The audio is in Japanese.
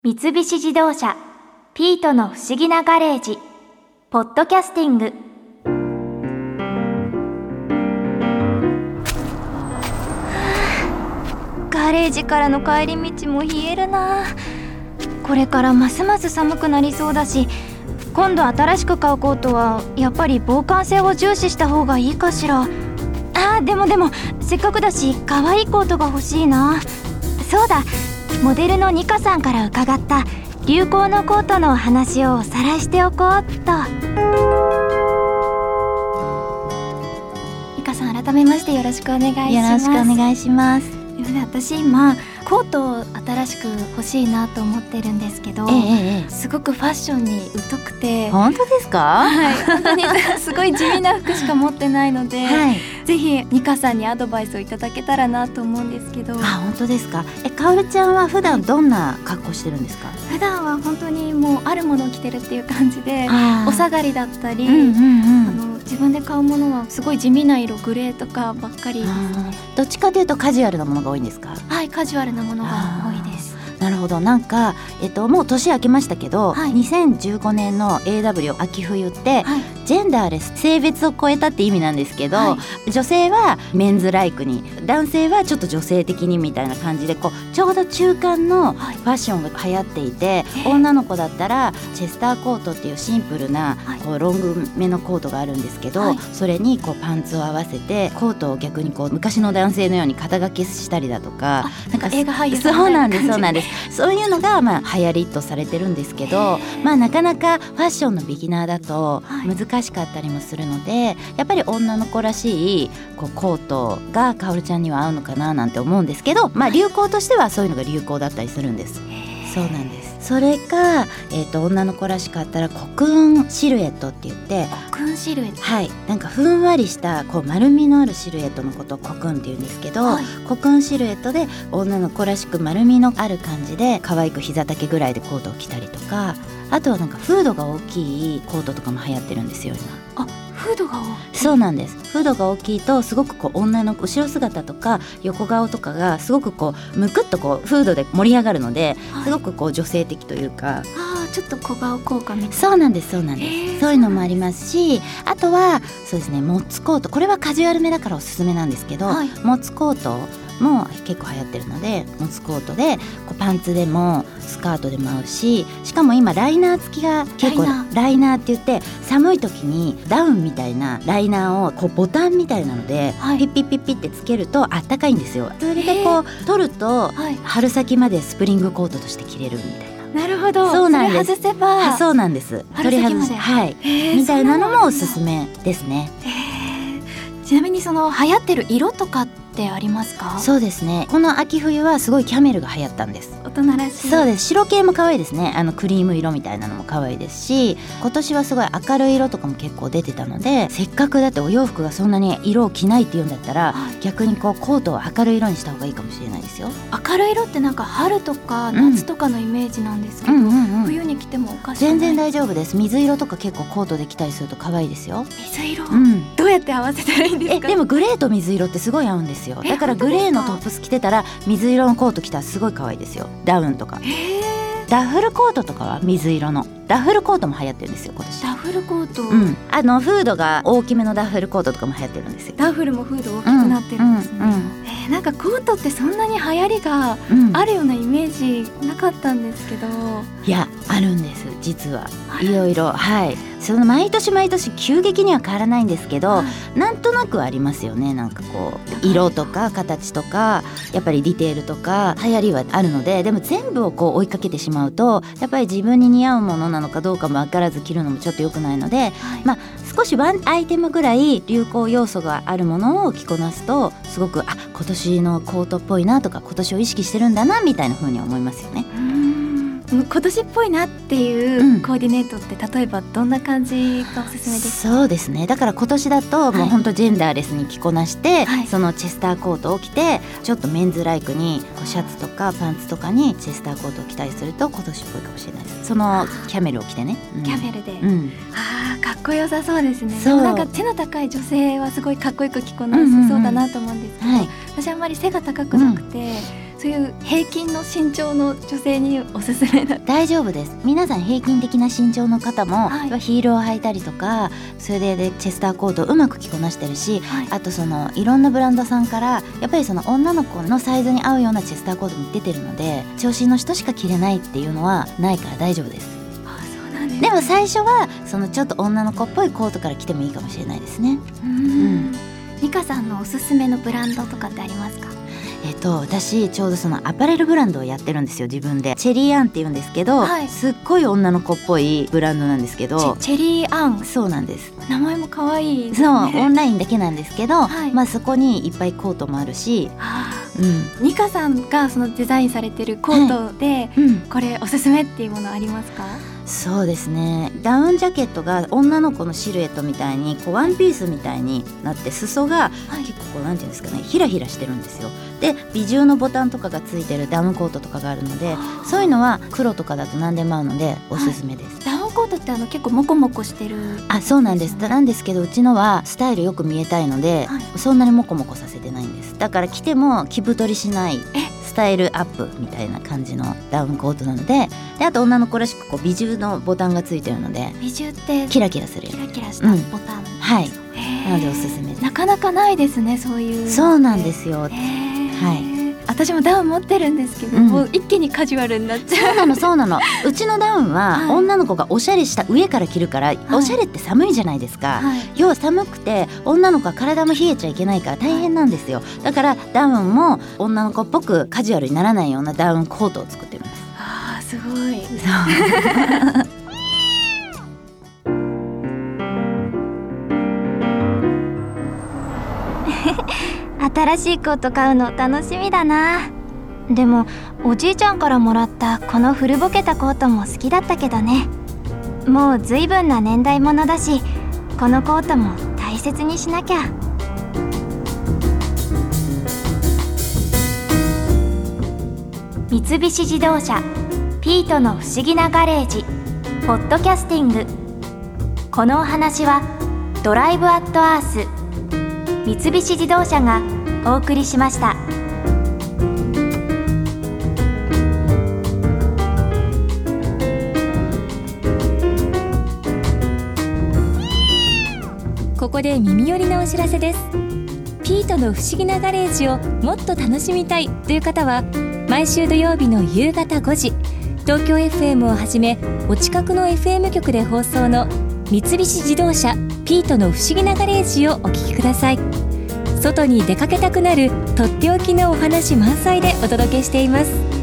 三菱自動車ピートの不思議なガレージポッドキャスティング。ガレージからの帰り道も冷えるな。これからますます寒くなりそうだし、今度新しく買うコートはやっぱり防寒性を重視した方がいいかしら。でもせっかくだし可愛いコートが欲しいな。そうだ、モデルのニカさんから伺った流行のコートの話をおさらいしておこうっと。ニカさん、改めましてよろしくお願いします。 よろしくお願いします。 私今コートを新しく欲しいなと思ってるんですけど、すごくファッションに疎くて。 本当ですか？ はい、本当にすごい地味な服しか持ってないので、ぜひニカさんにアドバイスをいただけたらなと思うんですけど。 本当ですか？かおるちゃんは普段どんな格好してるんですか？ 普段は本当にもうあるものを着てるっていう感じで、お下がりだったり、自分で買うものはすごい地味な色、グレーとかばっかりですね。 どっちかというとカジュアルなものが多いんですか？ はい、カジュアルなものが多いです。 なるほど。なんか、もう年明けましたけど、2015年の AW 秋冬って、ジェンダーレス、性別を超えたって意味なんですけど、女性はメンズライクに、男性はちょっと女性的にみたいな感じで、ちょうど中間のファッションが流行っていて、女の子だったらチェスターコートっていうシンプルな、ロングめのコートがあるんですけど、それにパンツを合わせてコートを逆に昔の男性のように肩掛けしたりだとか、 なんか映画俳優さんそうなんです。そういうのが流行りとされてるんですけど、なかなかファッションのビギナーだと難しかったりもするので、やっぱり女の子らしいコートがかおるちゃんには合うのかななんて思うんですけど、流行としてはそういうのが流行だったりするんです。そうなんです。それか、女の子らしかったらコクーンシルエットって言って、 コクーンシルエット、 なんかふんわりした丸みのあるシルエットのことをコクーンって言うんですけど、コクーンシルエットで女の子らしく丸みのある感じで可愛く膝丈ぐらいでコートを着たりとか、あとはなんかフードが大きいコートとかも流行ってるんですよ今。 フードが大きい。 そうなんです。フードが大きいとすごく女の後ろ姿とか横顔とかがすごくむくっとフードで盛り上がるので、すごく女性的というか、 ちょっと小顔効果みたいな。 そうなんです。そういうのもありますし、あとはそうですね、モッツコート、これはカジュアルめだからおすすめなんですけど、モッツコートも結構流行ってるので、モッツコートでパンツでもスカートでも合うし、しかも今ライナー付きが結構、ライナーって言って寒い時にダウンみたいなライナーをボタンみたいなので、ピッピッピッピッってつけるとあったかいんですよ。それで取ると、春先までスプリングコートとして着れるみたいな。 なるほど。 そうなんです。 それ外せば、 そうなんです。 春先まで、 みたいなのもおすすめですね。 ちなみに流行ってる色とかってありますか？ そうですね、この秋冬はすごいキャメルが流行ったんです。 大人らしい。 そうです。白系も可愛いですね。クリーム色みたいなのも可愛いですし、今年はすごい明るい色とかも結構出てたので、せっかくだってお洋服がそんなに色を着ないっていうんだったら、逆にコートを明るい色にした方がいいかもしれないですよ。 明るい色ってなんか春とか夏とかのイメージなんですけど、冬に着てもおかしくない？ 全然大丈夫です。水色とか結構コートで着たりすると可愛いですよ。 水色、どうやって合わせたらいいんですか？ でもグレーと水色ってすごい合うんですよ。だからグレーのトップス着てたら水色のコート着たらすごい可愛いですよ。ダウンとか。ダッフルコートとかは水色のダッフルコートも流行ってるんですよ今年。 ダッフルコート、 フードが大きめのダッフルコートとかも流行ってるんですよ。 ダッフルもフード大きくなってるんですね。なんかコートってそんなに流行りがあるようなイメージなかったんですけど、 いやあるんです実は。いろいろその毎年急激には変わらないんですけど、なんとなくはありますよね。なんか色とか形とかやっぱりディテールとか流行りはあるので、でも全部を追いかけてしまうとやっぱり自分に似合うものなのかどうかも分からず着るのもちょっと良くないので、少しワンアイテムぐらい流行要素があるものを着こなすと、すごく今年のコートっぽいなとか今年を意識してるんだなみたいな風に思いますよね。 今年っぽいなっていうコーディネートって例えばどんな感じがおすすめですか？ そうですね、だから今年だともう本当ジェンダーレスに着こなして、そのチェスターコートを着てちょっとメンズライクにシャツとかパンツとかにチェスターコートを着たりすると今年っぽいかもしれないです。そのキャメルを着てね、 キャメルで、かっこよさそうですね。でもなんか背の高い女性はすごいかっこよく着こなせそうだなと思うんですけど、私あんまり背が高くなくて、 そういう平均の身長の女性におすすめだ。 大丈夫です。皆さん平均的な身長の方も、ヒールを履いたりとか、それでチェスターコートをうまく着こなしてるし、あといろんなブランドさんからやっぱり女の子のサイズに合うようなチェスターコートも出てるので、長身の人しか着れないっていうのはないから大丈夫です。 そうなんです。 でも最初はちょっと女の子っぽいコートから着てもいいかもしれないですね。 ミカさんのおすすめのブランドとかってありますか？ 私ちょうどアパレルブランドをやってるんですよ、自分で。チェリーアンって言うんですけど、すっごい女の子っぽいブランドなんですけど。 チェリーアン。 そうなんです。 名前も可愛いですね。 そうオンラインだけなんですけど、そこにいっぱいコートもあるし、 ミカさんがデザインされてるコートで、これおすすめっていうものありますか？ そうですね、ダウンジャケットが女の子のシルエットみたいにワンピースみたいになって、裾が結構なんていうんですかね、ヒラヒラしてるんですよ。で美重のボタンとかがついてるダウンコートとかがあるので、そういうのは黒とかだと何でも合うのでおすすめです。 ダウンコートって結構モコモコしてる。 そうなんです。なんですけど、うちのはスタイルよく見えたいので、そんなにモコモコさせてないんです。だから着ても着太りしないスタイルアップみたいな感じのダウンコートなので、あと女の子らしく美重のボタンがついてるので、 美重ってキラキラする、 キラキラしたボタン、 はい、なのでおすすめです。 なかなかないですね、そういう。 そうなんですよ。 私もダウン持ってるんですけど、もう一気にカジュアルになっちゃう。 そうなのうちのダウンは女の子がおしゃれした上から着るから、おしゃれって寒いじゃないですか、要は寒くて女の子は体も冷えちゃいけないから大変なんですよ。だからダウンも女の子っぽくカジュアルにならないようなダウンコートを作ってます。 すごい。新しいコート買うの楽しみだな。でもおじいちゃんからもらったこの古ぼけたコートも好きだったけどね。もうずいぶんな年代物だし、このコートも大切にしなきゃ。三菱自動車ピートの不思議なガレージポッドキャスティング。このお話はドライブアットアース三菱自動車がお送りしました。 ここで耳寄りなお知らせです。ピートの不思議なガレージをもっと楽しみたいという方は、毎週土曜日の夕方5時、東京 FM をはじめお近くの FM 局で放送の三菱自動車ピートの不思議なガレージをお聞きください。外に出かけたくなるとっておきのお話満載でお届けしています。